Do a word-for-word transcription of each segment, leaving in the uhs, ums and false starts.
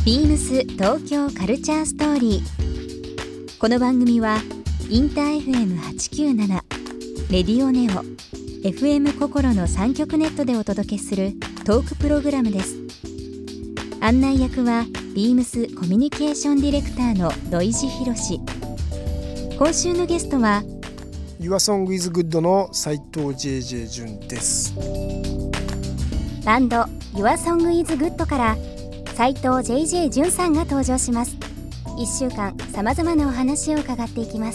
ビームス東京カルチャーストーリー。この番組はインター エフエムはちきゅうなな、レディオネオ、エフエム 心のさん局ネットでお届けするトークプログラムです。案内役はビームスコミュニケーションディレクターの土井博志。今週のゲストは Your Song is Good の斉藤 ジェイジェイ 潤です。 バンド Your Song is Good から斉藤 ジェイジェイ 潤さんが登場します。いっしゅうかんさまざまなお話を伺っていきます。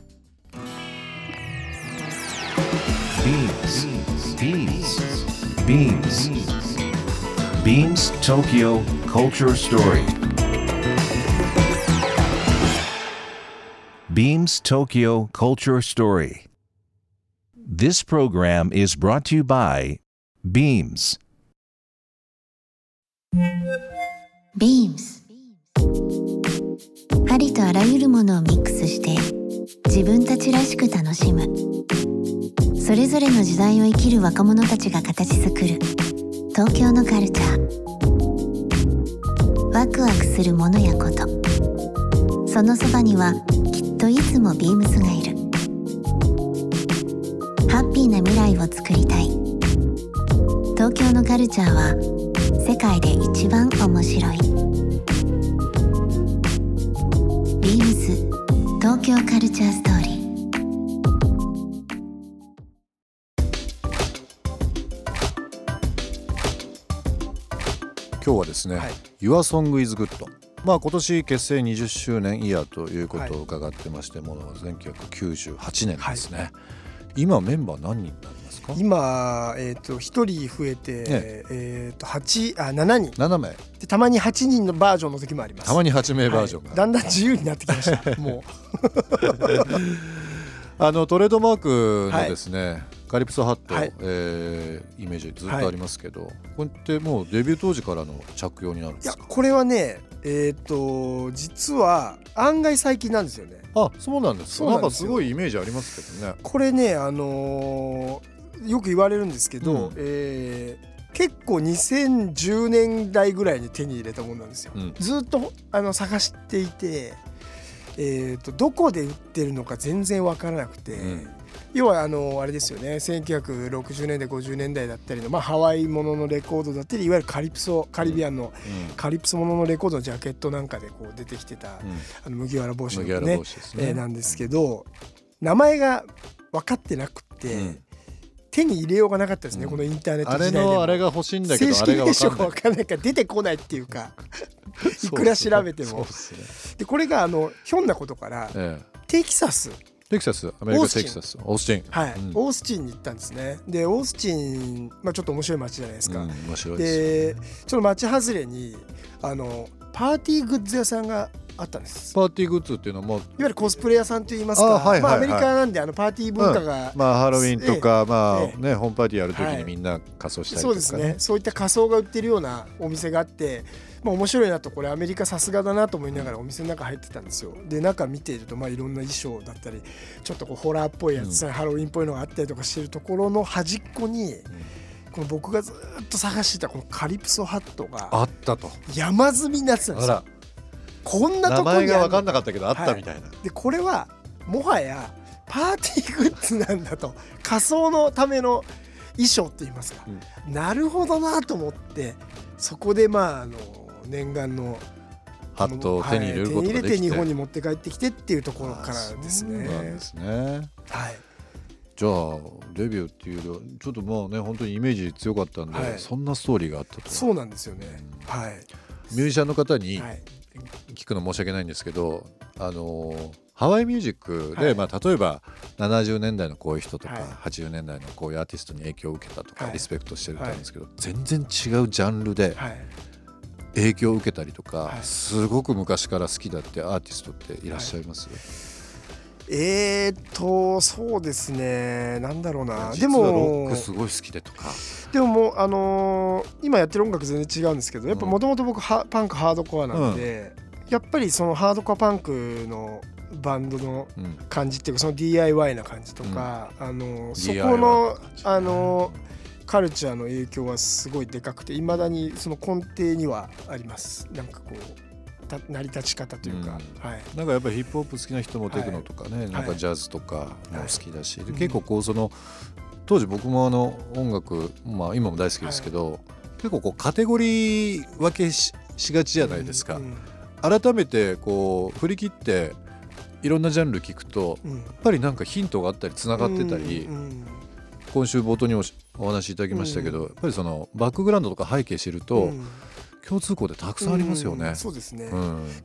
ビームス ビームス Tokyo Culture Story. Beams Tokyo Culture Story. This program is brought to you by Beams. Beams ありとあらゆるものをミックスして自分たちらしく楽しむ、それぞれの時代を生きる若者たちが形作る東京のカルチャー。ワクワクするものやこと、そのそばにはきっといつもビームスがいる。ハッピーな未来を作りたい。東京のカルチャーは世界で一番面白い。ビームス東京カルチャーストーリー。 今日はですね、はい、Your Song is Good。まあ、今年結成にじゅっしゅうねんイヤーということを伺ってまして、はい、ものはせんきゅうひゃくきゅうじゅうはちねんですね、はい、今メンバー何人になりますか？ 今、えー、とひとり増えて、ねえー、とはちあななにんななめいで、たまにはちにんのバージョンの時もあります。 たまにはちめいバージョンが、はい、 だんだん自由になってきましたもうあのトレードマークのですね、はい、カリプソハット、 はいえー、イメージずっとありますけど、はい、これってもうデビュー当時からの着用になるんですか？ いや、これはね、えー、と実は案外最近なんですよね。 あ、そうなんですか。なんかすごいイメージありますけどね。 これね、あのー、よく言われるんですけど、うんえー、結構にせんじゅうねんだいぐらいに手に入れたものなんですよ、うん、ずっとあの探していて、えー、とどこで売ってるのか全然わからなくて、うん、要はあのあれですよね、せんきゅうひゃくろくじゅうねんだいごじゅうねんだいだったりの、まあ、ハワイもののレコードだったり、いわゆるカリプソカリビアンのカリプソもののレコードのジャケットなんかでこう出てきてた、うん、あの麦わら帽子のね、ねえー、なんですけど、名前が分かってなくて、うん、手に入れようがなかったですね、うん、このインターネット時代でも。 あれのあれが欲しいんだけど、 正式名称が分かんないから出てこないっていうかいくら調べてもそうですね。でこれがあのひょんなことから、ええ、テキサステキサス、アメリカテキサス、オースティン、 はい、うん、オースティンに行ったんですね。でオースティン、まあ、ちょっと面白い街じゃないですか、 うん、面白いですね。 でその街外れにあのパーティーグッズ屋さんがあったんです。 パーティーグッズっていうのはもういわゆるコスプレ屋さんといいますか、 あ、はいはいはい、 まあ、アメリカなんであのパーティー文化が、 うん、まあ、ハロウィンとか、ええまあねええ、ホームパーティーやるときにみんな仮装したりとか、ね、 そうですね、そういった仮装が売ってるようなお店があって、まあ、面白いなと、これアメリカさすがだなと思いながらお店の中入ってたんですよ。で中見ていると、まあ、いろんな衣装だったりちょっとこうホラーっぽいやつ、うん、ハロウィンっぽいのがあったりとかしてるところの端っこに、うん、この僕がずっと探してたこのカリプソハットがあったと、 山積みになってたんですよ。あら、こんなとこに名前が分かんなかったけどあったみたいな、 はい、でこれはもはやパーティーグッズなんだと、仮装のための衣装って言いますか、うん、なるほどなと思って、そこでまああの念願のハットを手に入れることができて、 はい、手に入れて日本に持って帰ってきてっていうところからですね。 そうなんですね、 はい、 じゃあデビューっていうよりはちょっとまあね、本当にイメージ強かったんで、はい、そんなストーリーがあったと。 そうなんですよね、うん、はい。 ミュージシャンの方に聞くの申し訳ないんですけど、あのハワイミュージックで、はい、まあ、例えばななじゅうねんだいのこういう人とか、はい、はちじゅうねんだいのこういうアーティストに影響を受けたとか、はい、リスペクトしてるってあるんですけど、はい、全然違うジャンルで影響を受けたりとか、はい、すごく昔から好きだってアーティストっていらっしゃいます？はい、 えーっとそうですね、なんだろうな、 でも実はロックすごい好きでとか、 でももう、あのー、今やってる音楽全然違うんですけど、やっぱもともと僕はパンクハードコアなんで、うん、やっぱりそのハードコアパンクのバンドの感じっていうか、その ディーアイワイ な感じとか、うん、あのー、そこの、あのーカルチャーの影響はすごいでかくて、いまだにその根底にはあります。なんかこう成り立ち方というか、 うんはい、 なんかやっぱりヒップホップ好きな人もテクノとかね、はい、なんかジャズとかも好きだし、はい、結構こうその当時僕もあの音楽、まあ、今も大好きですけど、はい、結構こうカテゴリー分け し, しがちじゃないですか、うんうん、改めてこう振り切っていろんなジャンル聞くと、うん、やっぱりなんかヒントがあったりつながってたり、うんうん、今週冒頭に お, お話しいただきましたけど、うん、やっぱりそのバックグラウンドとか背景知ると、うん、共通項でたくさんありますよね、 うん、そうですね、 うん、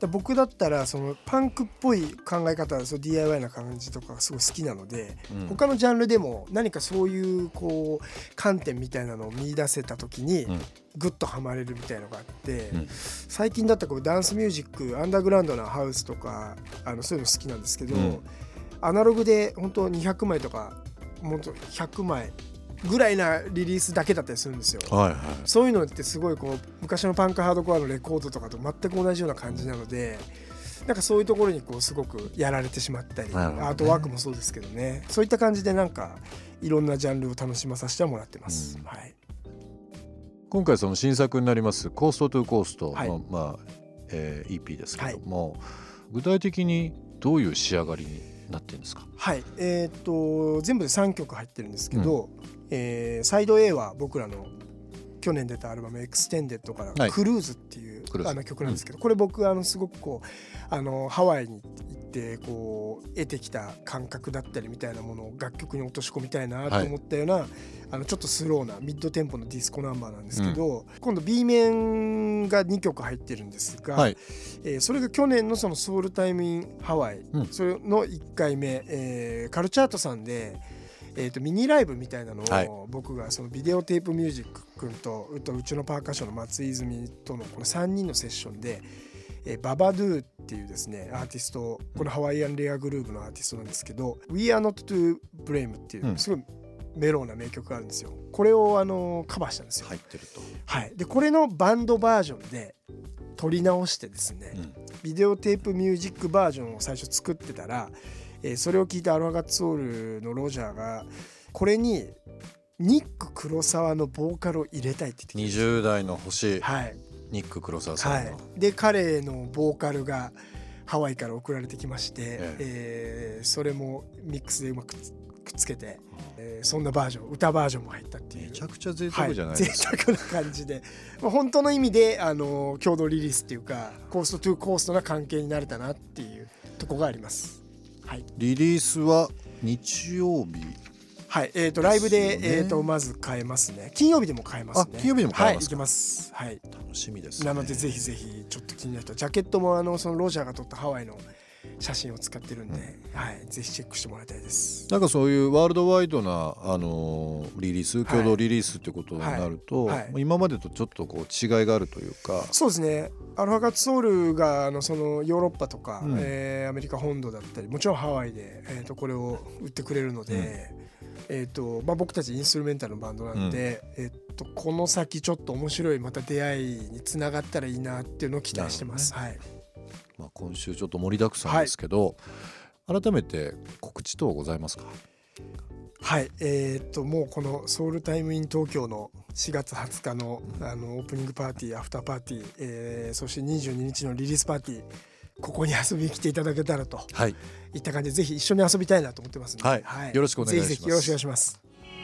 だ僕だったらそのパンクっぽい考え方、その ディーアイワイ な感じとかすごい好きなので、うん、他のジャンルでも何かそういうこう観点みたいなのを見出せた時にグッとハマれるみたいなのがあって、うん、最近だったらこうダンスミュージック、アンダーグラウンドなハウスとかあのそういうの好きなんですけど、うん、アナログで本当にひゃくまいとか本当ひゃくまいぐらいなリリースだけだったりするんですよ、はいはい、そういうのってすごいこう昔のパンクハードコアのレコードとかと全く同じような感じなので、なんかそういうところにこうすごくやられてしまったり、ね、アートワークもそうですけどね、そういった感じでなんかいろんなジャンルを楽しまさせてもらってます、うん、はい、 今回その新作になりますコーストトゥコーストの、はい、まあえー、イーピー ですけども、はい、具体的にどういう仕上がりになってるんですか？ はい、えー、っと全部でさんきょく入ってるんですけど、うんえー、サイド A は僕らの去年出たアルバムエクステンデッドからクルーズっていう、はい、あの曲なんですけど、これ僕あのすごくこうあのハワイに行ってこう得てきた感覚だったりみたいなものを楽曲に落とし込みたいなと思ったような、はい、あのちょっとスローなミッドテンポのディスコナンバーなんですけど、うん、今度 B 面がにきょく入ってるんですが、はいえー、それが去年のそのソウルタイムインハワイ、うん、それのいっかいめ、えー、カルチャートさんでえー、とミニライブみたいなのを僕がそのビデオテープミュージック君とうちのパーカッションの松井泉とのこのさんにんのセッションで、えー、ババドゥっていうですねアーティスト、このハワイアンレアグルーヴのアーティストなんですけど We Are Not to Blame っていうすごいメローな名曲があるんですよ。これをあのカバーしたんですよ。 入ってると、 はい、でこれのバンドバージョンで撮り直してですね、うん、ビデオテープミュージックバージョンを最初作ってたら、えー、それを聞いたアロハガッツソウルのロジャーがこれにニック黒沢のボーカルを入れたいって言ってきて、 にじゅう代の星、 はい、 ニック黒沢さんの、 はい、で彼のボーカルがハワイから送られてきまして、えええー、それもミックスでうまくくっつけて、うんえー、そんなバージョン歌バージョンも入ったっていう、 めちゃくちゃ贅沢じゃないですか、 はい、贅沢な感じで、まあ、本当の意味であの共同リリースっていうかコーストトゥコーストな関係になれたなっていうとこがあります、はい、 リリースは日曜日、 はいえー、とライブで、えー、とまず買えますね。金曜日でも買えますね。 あ金曜日でも買えますか、 はい、いけます、はい、 楽しみですね。 なのでぜひぜひちょっと気になる人、ジャケットもあのそのロジャーが撮ったハワイの写真を使ってるんで、うんはい、ぜひチェックしてもらいたいです。 なんかそういうワールドワイドな、あのー、リリース共同リリースってことになると、はいはいはい、今までとちょっとこう違いがあるというか。 そうですね、アロハガッツソウルがあのそのヨーロッパとか、うんえー、アメリカ本土だったりもちろんハワイで、えー、とこれを売ってくれるので、うんえーとまあ、僕たちインストゥルメンタルのバンドなんで、うんえー、とこの先ちょっと面白いまた出会いにつながったらいいなっていうのを期待してます、ねはいまあ、今週ちょっと盛りだくさんですけど、はい、改めて告知等ございますか？ はいえー、ともうこのソウルタイムイン東京のしがつはつか の, あのオープニングパーティーアフターパーティー、えー、そしてにじゅうににちのリリースパーティー、ここに遊びに来ていただけたらと、はい、いった感じでぜひ一緒に遊びたいなと思ってますので、 はいはい、よろしくお願いします。 ぜひぜひよろしくお願いします。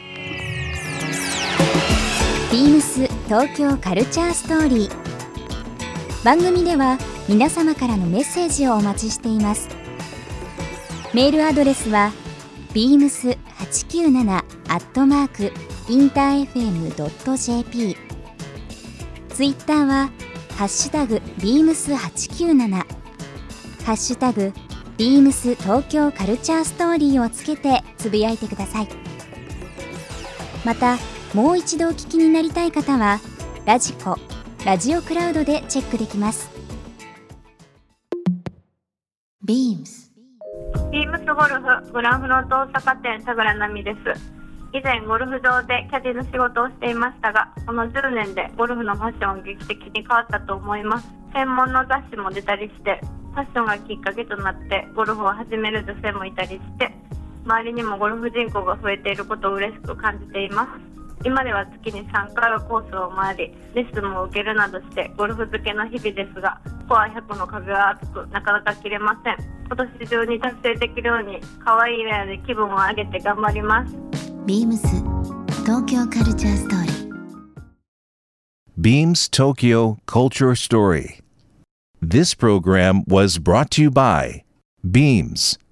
ビームス東京カルチャーストーリー、番組では皆様からのメッセージをお待ちしています。メールアドレスは ビームスはちきゅうなな アットマーク インターエフエム ドット ジェーピー、 ツイッターはハッシュタグ ビームスはちきゅうなな、ハッシュタグビームス東京カルチャーストーリーをつけてつぶやいてください。またもう一度お聞きになりたい方はラジコ、ラジオクラウドでチェックできます。 ビームスビームスゴルフグランフロント大阪店田倉奈美です。以前ゴルフ場でキャディの仕事をしていましたが、このじゅうねんでゴルフのファッションは劇的に変わったと思います。専門の雑誌も出たりして、ファッションがきっかけとなってゴルフを始める女性もいたりして、周りにもゴルフ人口が増えていることを嬉しく感じています。 今では月にさんかいはコースを回りレッスンも受けるなどしてゴルフ漬けの日々ですが、スコアひゃくの壁は厚くなかなか切れません。今年中に達成できるように可愛いウェアで気分を上げて頑張ります。 ビームス東京カルチャーストーリー Beams Tokyo Culture Story. This program was brought to you by Beams.